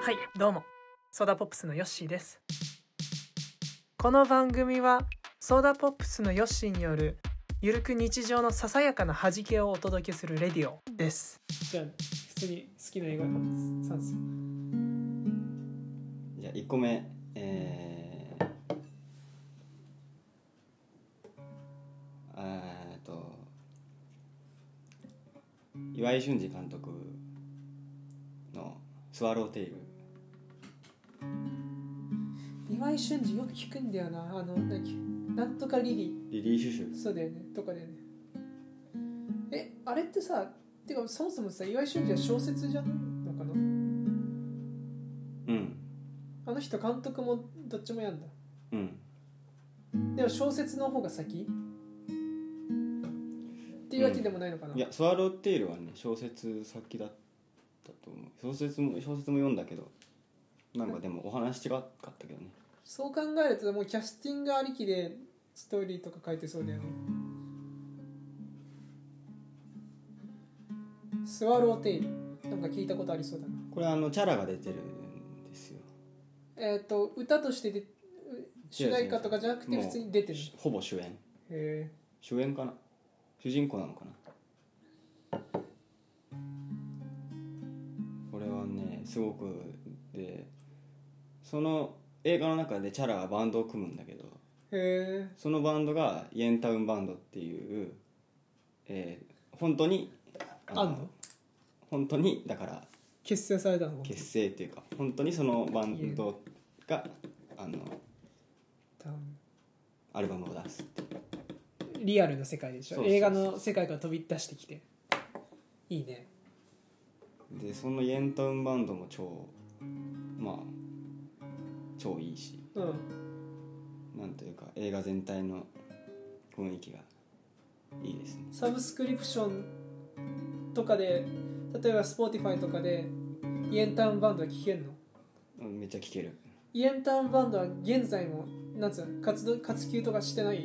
はい、どうもソーダポップスのヨッシーです。この番組はソーダポップスのヨッシーによるゆるく日常のささやかな弾けをお届けするレディオです。じゃあ普通に好きな映画3つ。 じゃあ1個目、岩井俊二監督のスワローテイル。 岩井俊二よく聞くんだよな。なんとかリリー・シュシュ。 そうだよね、とかだよね。あれってさ、てかそもそもさ、岩井俊二は小説じゃないのかな。うん。あの人監督もどっちもやんだ。 うん。 でも小説の方が先っていうわけでもないのかな。 いや、スワローテイルはね、小説先だったと思う。小説も読んだけど、なんかでもお話違かったけどね。 そう考えるともうキャスティングありきでストーリーとか書いてそうだよね。スワローテイルなんか聞いたことありそうだな。 これチャラが出てるんですよ。 歌として主題歌とかじゃなくて普通に出てる。 ほぼ主演。主演かな、主人公なのかな。これはねすごくで、その映画の中でチャラがバンドを組むんだけど、そのバンドがイエンタウンバンドっていう、本当に本当にだから結成されたの。 結成っていうか本当にそのバンドがアルバムを出すってリアルな世界でしょ。そうそうそう、映画の世界から飛び出してきていいね。 でそのイエンタウンバンドも超いいし、なんというか映画全体の雰囲気がいいですね。 サブスクリプションとかで例えば Spotify とかでイエンタウンバンドは聴けるの？ めっちゃ聴ける。 イエンタウンバンドは現在も活休とかしてない？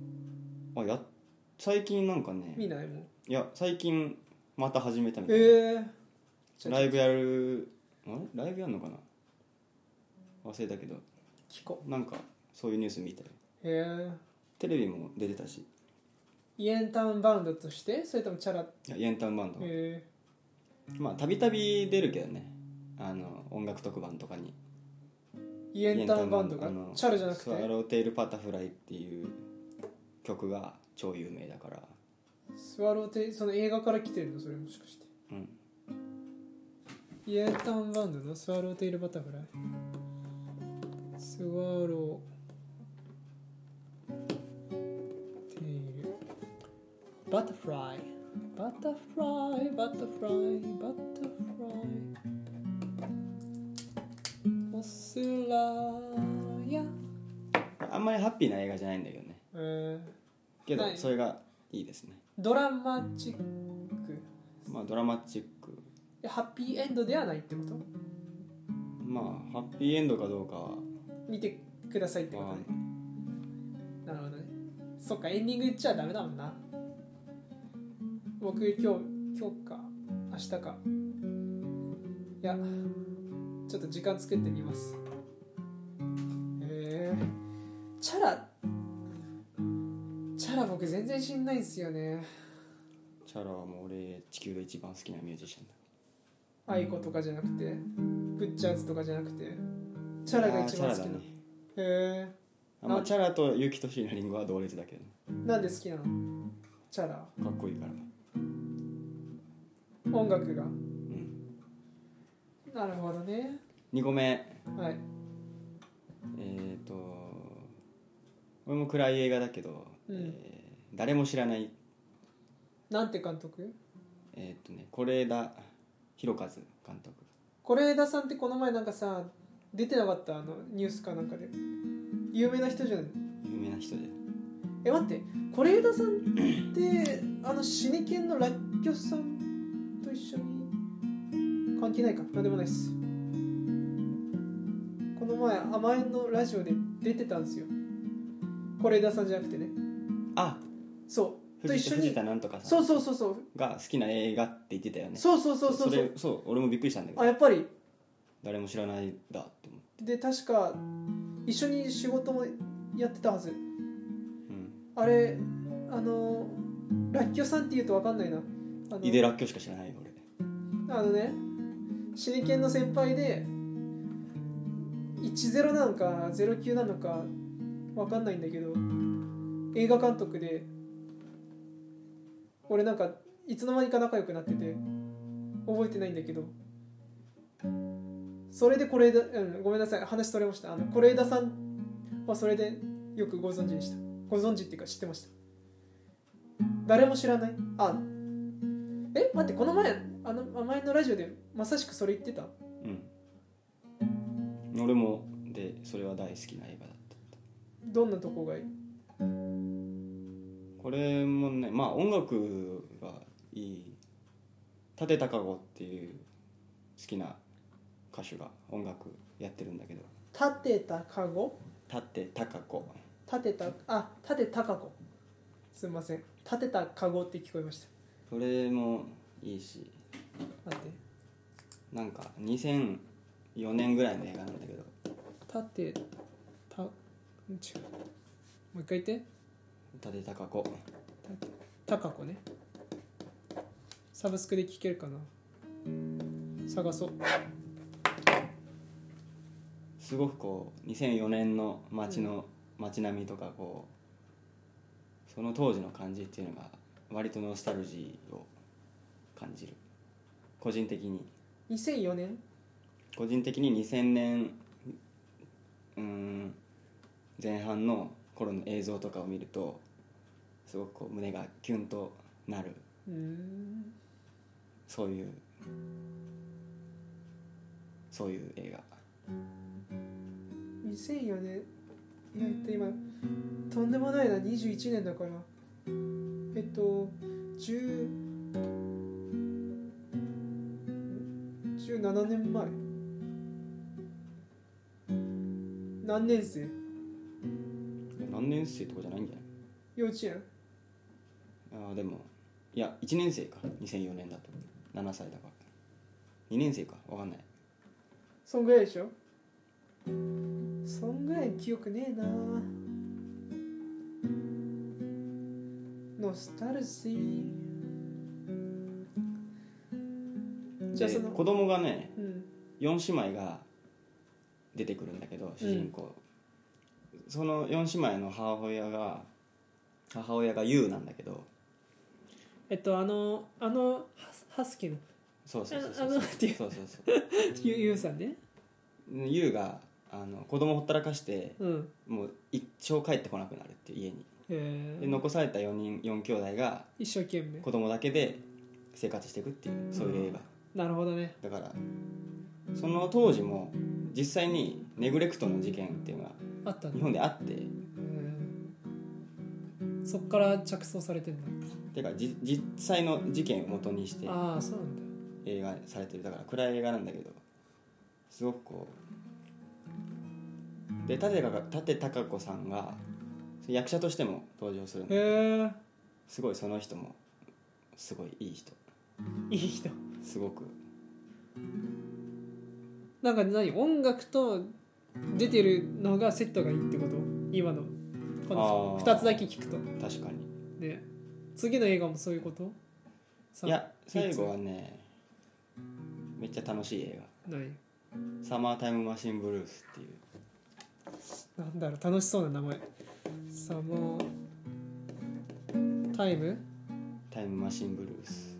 最近なんかね。 見ないもん。 いや最近また始めたみたいな。ライブやるのかな、忘れたけど聞こう。 なんかそういうニュース見たよ。テレビも出てたし。 イエンタウンバンドとして、それともチャラ？ いやイエンタウンバンド。たびたび出るけどね、音楽特番とかに。 イエンタウンバンドがチャラじゃなくてスワローテイルパタフライっていう曲が超有名だから。 スワローテイル、その映画から来てるのそれもしかして。イエンタウンバンドのスワローテイルバタフライ。スワローテイルバタフライバタフライバタフライバタフライモスラヤ。 あんまりハッピーな映画じゃないんだけどね。けどそれがいいですね。 ドラマチック。 ドラマチック。 ハッピーエンドではないってこと？ ハッピーエンドかどうかは見てくださいってことね。なるほどね。そっか、エンディング言っちゃダメだもんな。僕今日か明日か、いやちょっと時間作ってみます。チャラ僕全然知んないんすよね。 チャラはもう俺地球で一番好きなミュージシャンだ。 アイコとかじゃなくてブッチャーズとかじゃなくてチャラが一番好きな。 チャラとユキとシーナリンゴは同列だけどね。 なんで好きなの？チャラかっこいいから。 音楽が。なるほどね。 2個目。 はい。 これも暗い映画だけど、誰も知らない。 なんて監督？ 是枝裕和監督。 是枝さんってこの前なんかさ出てなかった？ニュースかなんかで有名な人じゃない？ 有名な人で。 待って、是枝さんってシネケンのラッキョさんと一緒に関係ないか？なんでもないっす。この前甘えんのラジオで出てたんですよ、是枝さんじゃなくてね。そうと一緒に藤田なんとかさんが好きな映画って言ってたよね。 そう俺もびっくりしたんだけど。 やっぱり誰も知らないだって思って。 で確か一緒に仕事もやってたはず。 うん、 あれらっきょさんって言うと分かんないな。 井出らっきょしか知らないよ俺。 ね手裏剣の先輩で10なのか09なのか分かんないんだけど、映画監督で俺なんかいつの間にか仲良くなってて覚えてないんだけど、それで是枝、ごめんなさい話それました。是枝さんはそれでよくご存知でした。ご存知っていうか知ってました。誰も知らない。待って、この前前のラジオでまさしくそれ言ってた。 うん、俺もでそれは大好きな映画だった。 どんなとこがいい？ これもね、まあ音楽がいい。舘貴子っていう好きな歌手が音楽やってるんだけど。 舘貴子？ 舘貴子。 舘貴子。すみません。舘貴子って聞こえました。 それもいいし。 待って。 なんか2004年ぐらいの映画なんだけど。 違う。もう一回言って。 舘貴子。 貴子ね。サブスクで聴けるかな。探そう。 すごくこう2004年の街並みとかこうその当時の感じっていうのが割とノスタルジーを感じる。個人的に 2004年個人的に2000年前半の頃の映像とかを見るとすごくこう胸がキュンとなる。そういう映画。 2004年今とんでもないな。21年だから17年前。何年生？ 何年生とかじゃないんじゃない？ 幼稚園？ でもいや1年生か。2004年だと7歳だから2年生か分かんない。 そんぐらいでしょ。そんぐらい記憶ねえな。ノスタルジー。 じゃあその子供がね、4姉妹が出てくるんだけど主人公、その4姉妹の母親がユウなんだけど、 ハスキーのそうユウさんね。 ユウが子供ほったらかして、もう一生帰ってこなくなるっていう家に。で残された4兄弟が一生懸命子供だけで生活していくっていう、そういう映画。 なるほどね。 だからその当時も実際にネグレクトの事件っていうのが日本であって、 そっから着想されてんだ。 てか実際の事件を元にしてそうなんだ映画されてる。だから暗い映画なんだけどすごくこうで舘貴子さんが役者としても登場するんで、すごいその人もすごいいい人。すごくなんか音楽と出てるのがセットがいいってこと？今のこの2つだけ聞くと。 確かにね。次の映画もそういうこと？ いや最後はねめっちゃ楽しい映画。 何？ サマータイムマシンブルースっていう。 なんだろう、楽しそうな名前。サマータイムマシンブルース。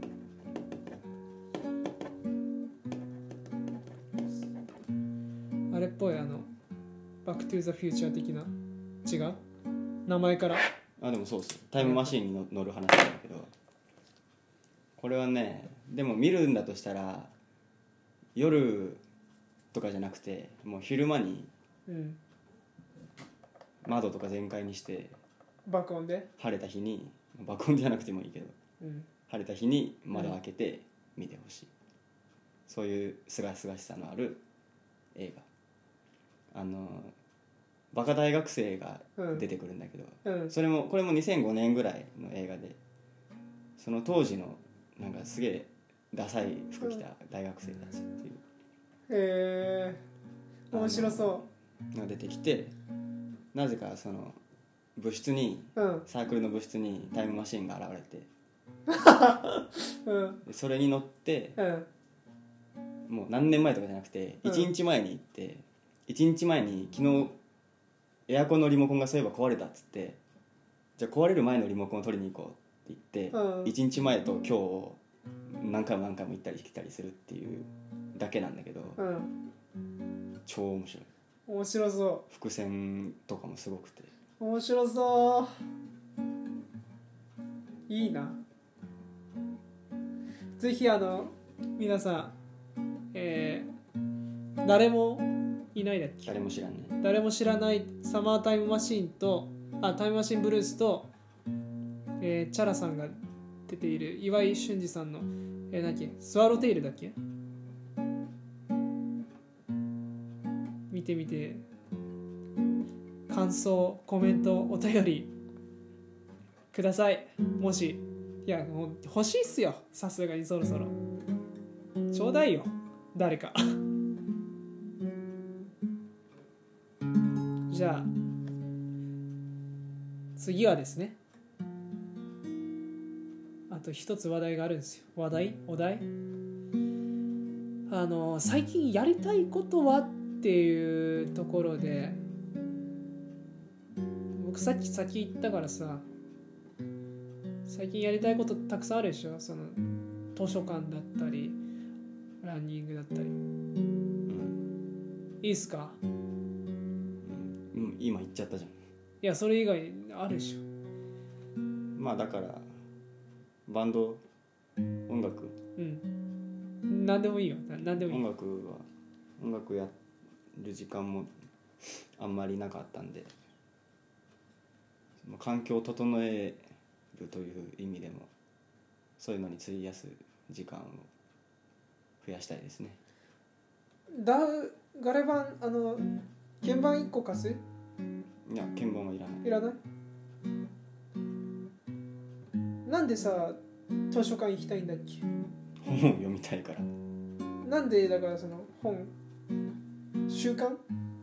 あれっぽいバックトゥーザフューチャー的な。違う？名前から。 でもそうっす。タイムマシンに乗る話なんだけど、これはねでも見るんだとしたら夜とかじゃなくてもう昼間に窓とか全開にして爆音で晴れた日に、爆音じゃなくてもいいけど、晴れた日に窓開けて見てほしい。そういうすがすがしさのある映画。バカ大学生が出てくるんだけど、これも2005年ぐらいの映画で、その当時のなんかすげえダサい服着た大学生たちっていう面白そが出てきて、なぜかその部室に、サークルの部室にタイムマシンが現れてでそれに乗って、もう何年前とかじゃなくて1日前に行って、1日前に昨日エアコンのリモコンがそういえば壊れたっつって、じゃあ壊れる前のリモコンを取りに行こうって言って、1日前と今日を何回も行ったり来たりするっていうだけなんだけど、超面白い。 面白そう。 伏線とかもすごくて面白そう。いいな。ぜひ皆さん、誰もいないだっけ、 誰も知らない、 誰も知らないサマータイムマシーンとタイムマシーンブルースと、チャラさんが出ている岩井俊二さんの、なんだっけ、スワローテイルだっけ、見てみて、感想コメントお便りください。もしいやもう欲しいっすよ、さすがにそろそろちょうだいよ誰かじゃあ次はですね、あと一つ話題があるんですよ。お題最近やりたいことはっていうところで、僕さっき先言ったからさ、最近やりたいことたくさんあるでしょ。その図書館だったりランニングだったり、いいっすか、 今言っちゃったじゃん。 いやそれ以外あるでしょ。 まあだからバンド、音楽、 何でもいいよ、何でもいい。 音楽やる時間もあんまりなかったんで、環境を整えるという意味でもそういうのに費やす時間を増やしたいですね。 ガレ版鍵盤1個貸す？ いや鍵盤はいらない。 いらない？なんでさ図書館行きたいんだっけ？ 本を読みたいから。 なんでだからその本習慣？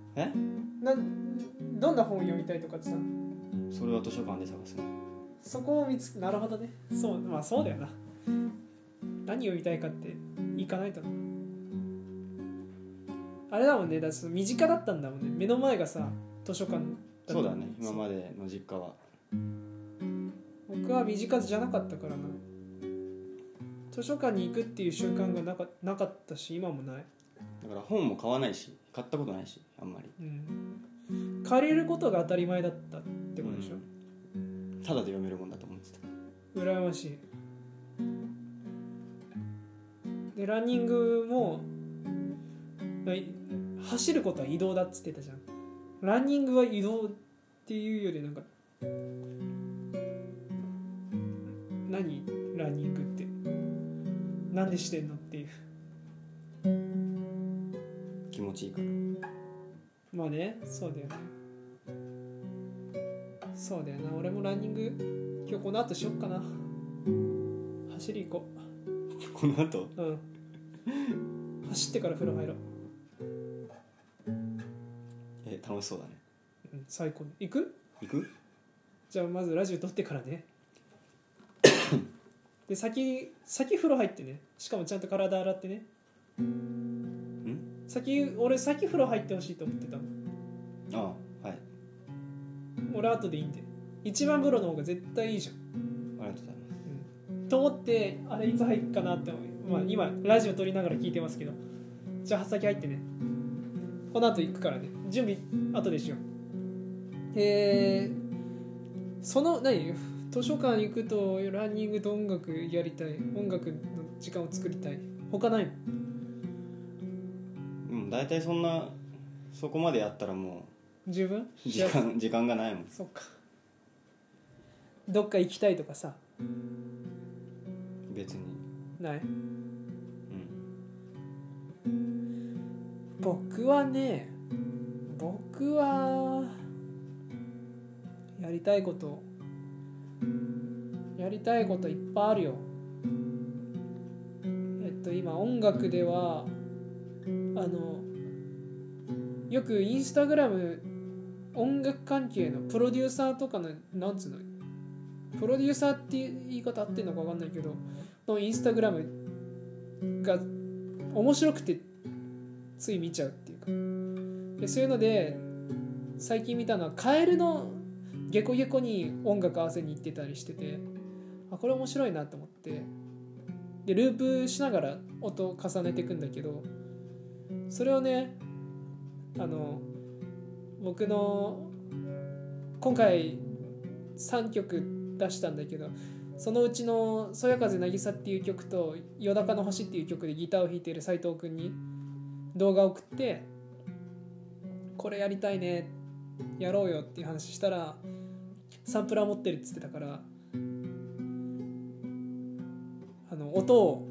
どんな本を読みたいとかってさ、 それは図書館で探すの。 そこをなるほどね。そう、まあそうだよな。何読みたいかって行かないとな。あれだもんね、だって身近だったんだもんね。目の前がさ図書館だった。 そうだね、今までの実家は。 僕は身近じゃなかったからな。図書館に行くっていう習慣がなかったし、今もない。 だから本も買わないし、買ったことないし、あんまり。 借りることが当たり前だったってことでしょ。 ただで読めるもんだと思ってた。 羨ましい。でランニングも走ることは移動だっつってたじゃん。ランニングは移動っていうよりなんか何ランニングってなんでしてんのっていう。 気持ちいいから。 まあね、そうだよね。そうだよな。俺もランニング今日この後しよっかな。走り行こう。この後？ 走ってから風呂入ろう。 楽しそうだね。 最高。行く？じゃあまずラジオ撮ってからね。で先風呂入ってね。しかもちゃんと体洗ってね。俺先風呂入ってほしいと思ってたの。 はい。 俺後でいいんで。一番風呂の方が絶対いいじゃん。 ありがとうございます。 と思ってあれいつ入るかなって思う。まあ今ラジオ撮りながら聞いてますけど。じゃあ先入ってね。この後行くからね。準備後でしよう。その図書館行くとランニングと音楽やりたい。音楽の時間を作りたい。他ないの？ だいたいそこまでやったらもう十分？ 時間がないもん。 そっか。どっか行きたいとかさ。 別にない。僕はやりたいこといっぱいあるよ。今音楽ではよくインスタグラム音楽関係のプロデューサーとかのなんつうのプロデューサーっていう言い方合ってんのか分かんないけどのインスタグラムが面白くてつい見ちゃうっていうかでそういうので最近見たのはカエルのゲコゲコに音楽合わせに行ってたりしててこれ面白いなと思ってでループしながら音を重ねていくんだけどそれをね僕の今回3曲出したんだけどそのうちの「そよ風渚」っていう曲と「よだかの星」っていう曲でギターを弾いている斉藤くんに動画を送ってこれやりたいねやろうよっていう話したらサンプラー持ってるって言ってたから音を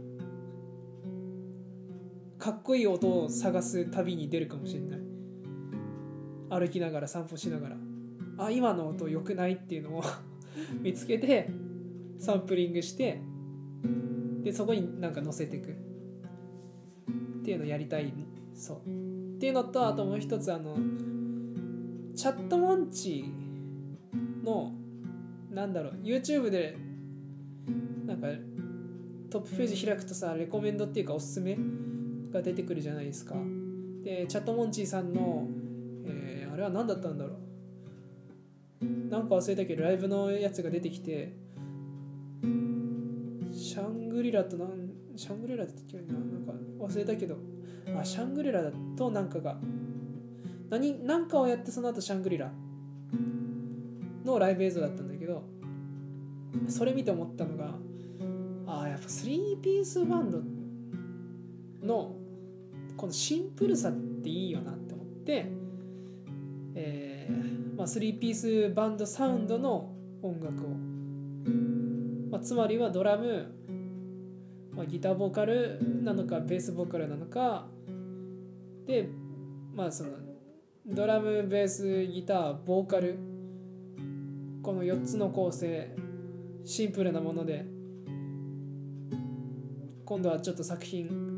かっこいい音を探す旅に出るかもしれない。歩きながら散歩しながら今の音良くないっていうのを見つけてサンプリングしてでそこになんか載せていくっていうのをやりたいそうっていうのとあともう一つチャットモンチのなんだろう YouTube でなんかトップページ開くとさレコメンドっていうかおすすめが出てくるじゃないですか。でチャットモンチーさんの、あれは何だったんだろうなんか忘れたけどライブのやつが出てきてシャングリラだったっけななんか忘れたけどシャングリラだとなんかがなんかをやってその後シャングリラのライブ映像だったんだけどそれ見て思ったのがやっぱ3ピースバンドのこのシンプルさっていいよなって思って、3ピースバンドサウンドの音楽を、つまりはドラム、ギターボーカルなのかベースボーカルなのかで、そのドラムベースギターボーカルこの4つの構成シンプルなもので今度はちょっと作品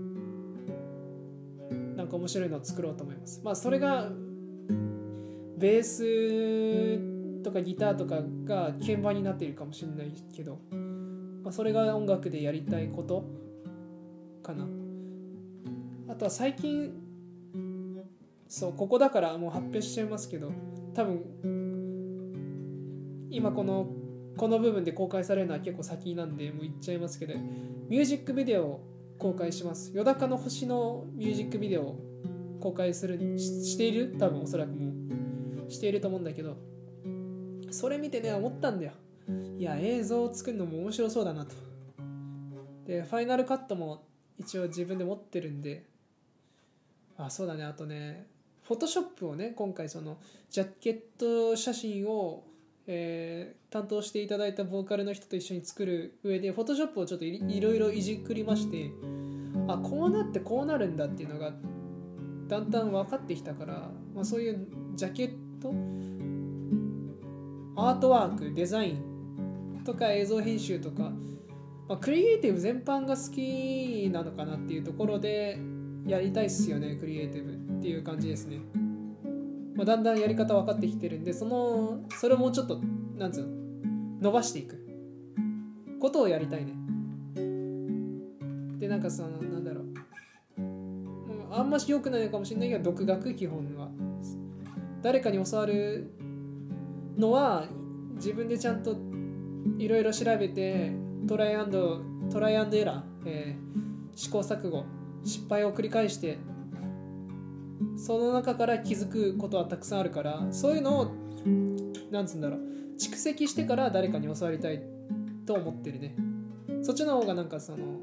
なんか面白いのを作ろうと思います。それがベースとかギターとかが鍵盤になっているかもしれないけど、それが音楽でやりたいことかな。あとは最近ここだからもう発表しちゃいますけど多分今この部分で公開されるのは結構先なんでもう言っちゃいますけどミュージックビデオを公開します。よだかの星のミュージックビデオを公開している多分おそらくもうしていると思うんだけどそれ見てね思ったんだよ。いや映像を作るのも面白そうだなと。でファイナルカットも一応自分で持ってるんでそうだねあとねフォトショップをね今回そのジャケット写真を担当していただいたボーカルの人と一緒に作る上でフォトショップをちょっといろいろいじくりましてこうなってこうなるんだっていうのがだんだん分かってきたから、そういうジャケットアートワークデザインとか映像編集とか、クリエイティブ全般が好きなのかなっていうところでやりたいっすよねクリエイティブっていう感じですね。だんだんやり方分かってきてるんでそれをもうちょっとなんつうの伸ばしていくことをやりたいね。でなんかなんだろうあんまし良くないのかもしれないけど独学基本は誰かに教わるのは自分でちゃんといろいろ調べてトライアンドエラー、試行錯誤失敗を繰り返してその中から気づくことはたくさんあるからそういうのをなんつうんだろう蓄積してから誰かに教わりたいと思ってるね。そっちの方がなんか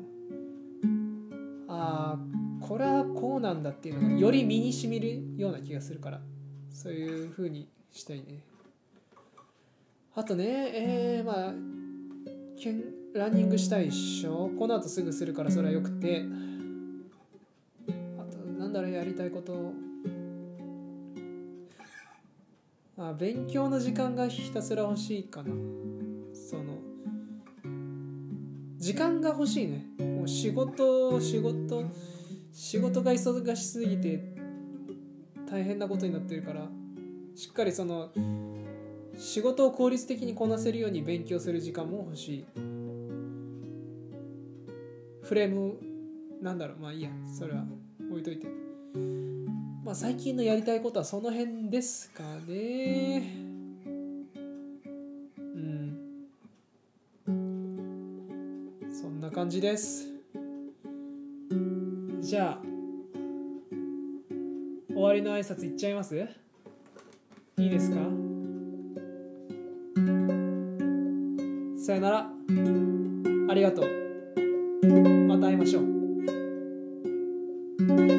これはこうなんだっていうのがより身に染みるような気がするからそういう風にしたいね。あとねランニングしたいっしょ。この後すぐするからそれはよくてあとなんだろうやりたいこと勉強の時間がひたすら欲しいかな。時間が欲しいね。もう仕事仕事が忙しすぎて大変なことになってるから、しっかりその仕事を効率的にこなせるように勉強する時間も欲しい。フレームなんだろう、まあいいや、それは置いといて。まあ最近のやりたいことはその辺ですかね。そんな感じです。じゃあ終わりの挨拶いっちゃいます？いいですか？さよなら。ありがとう。また会いましょう。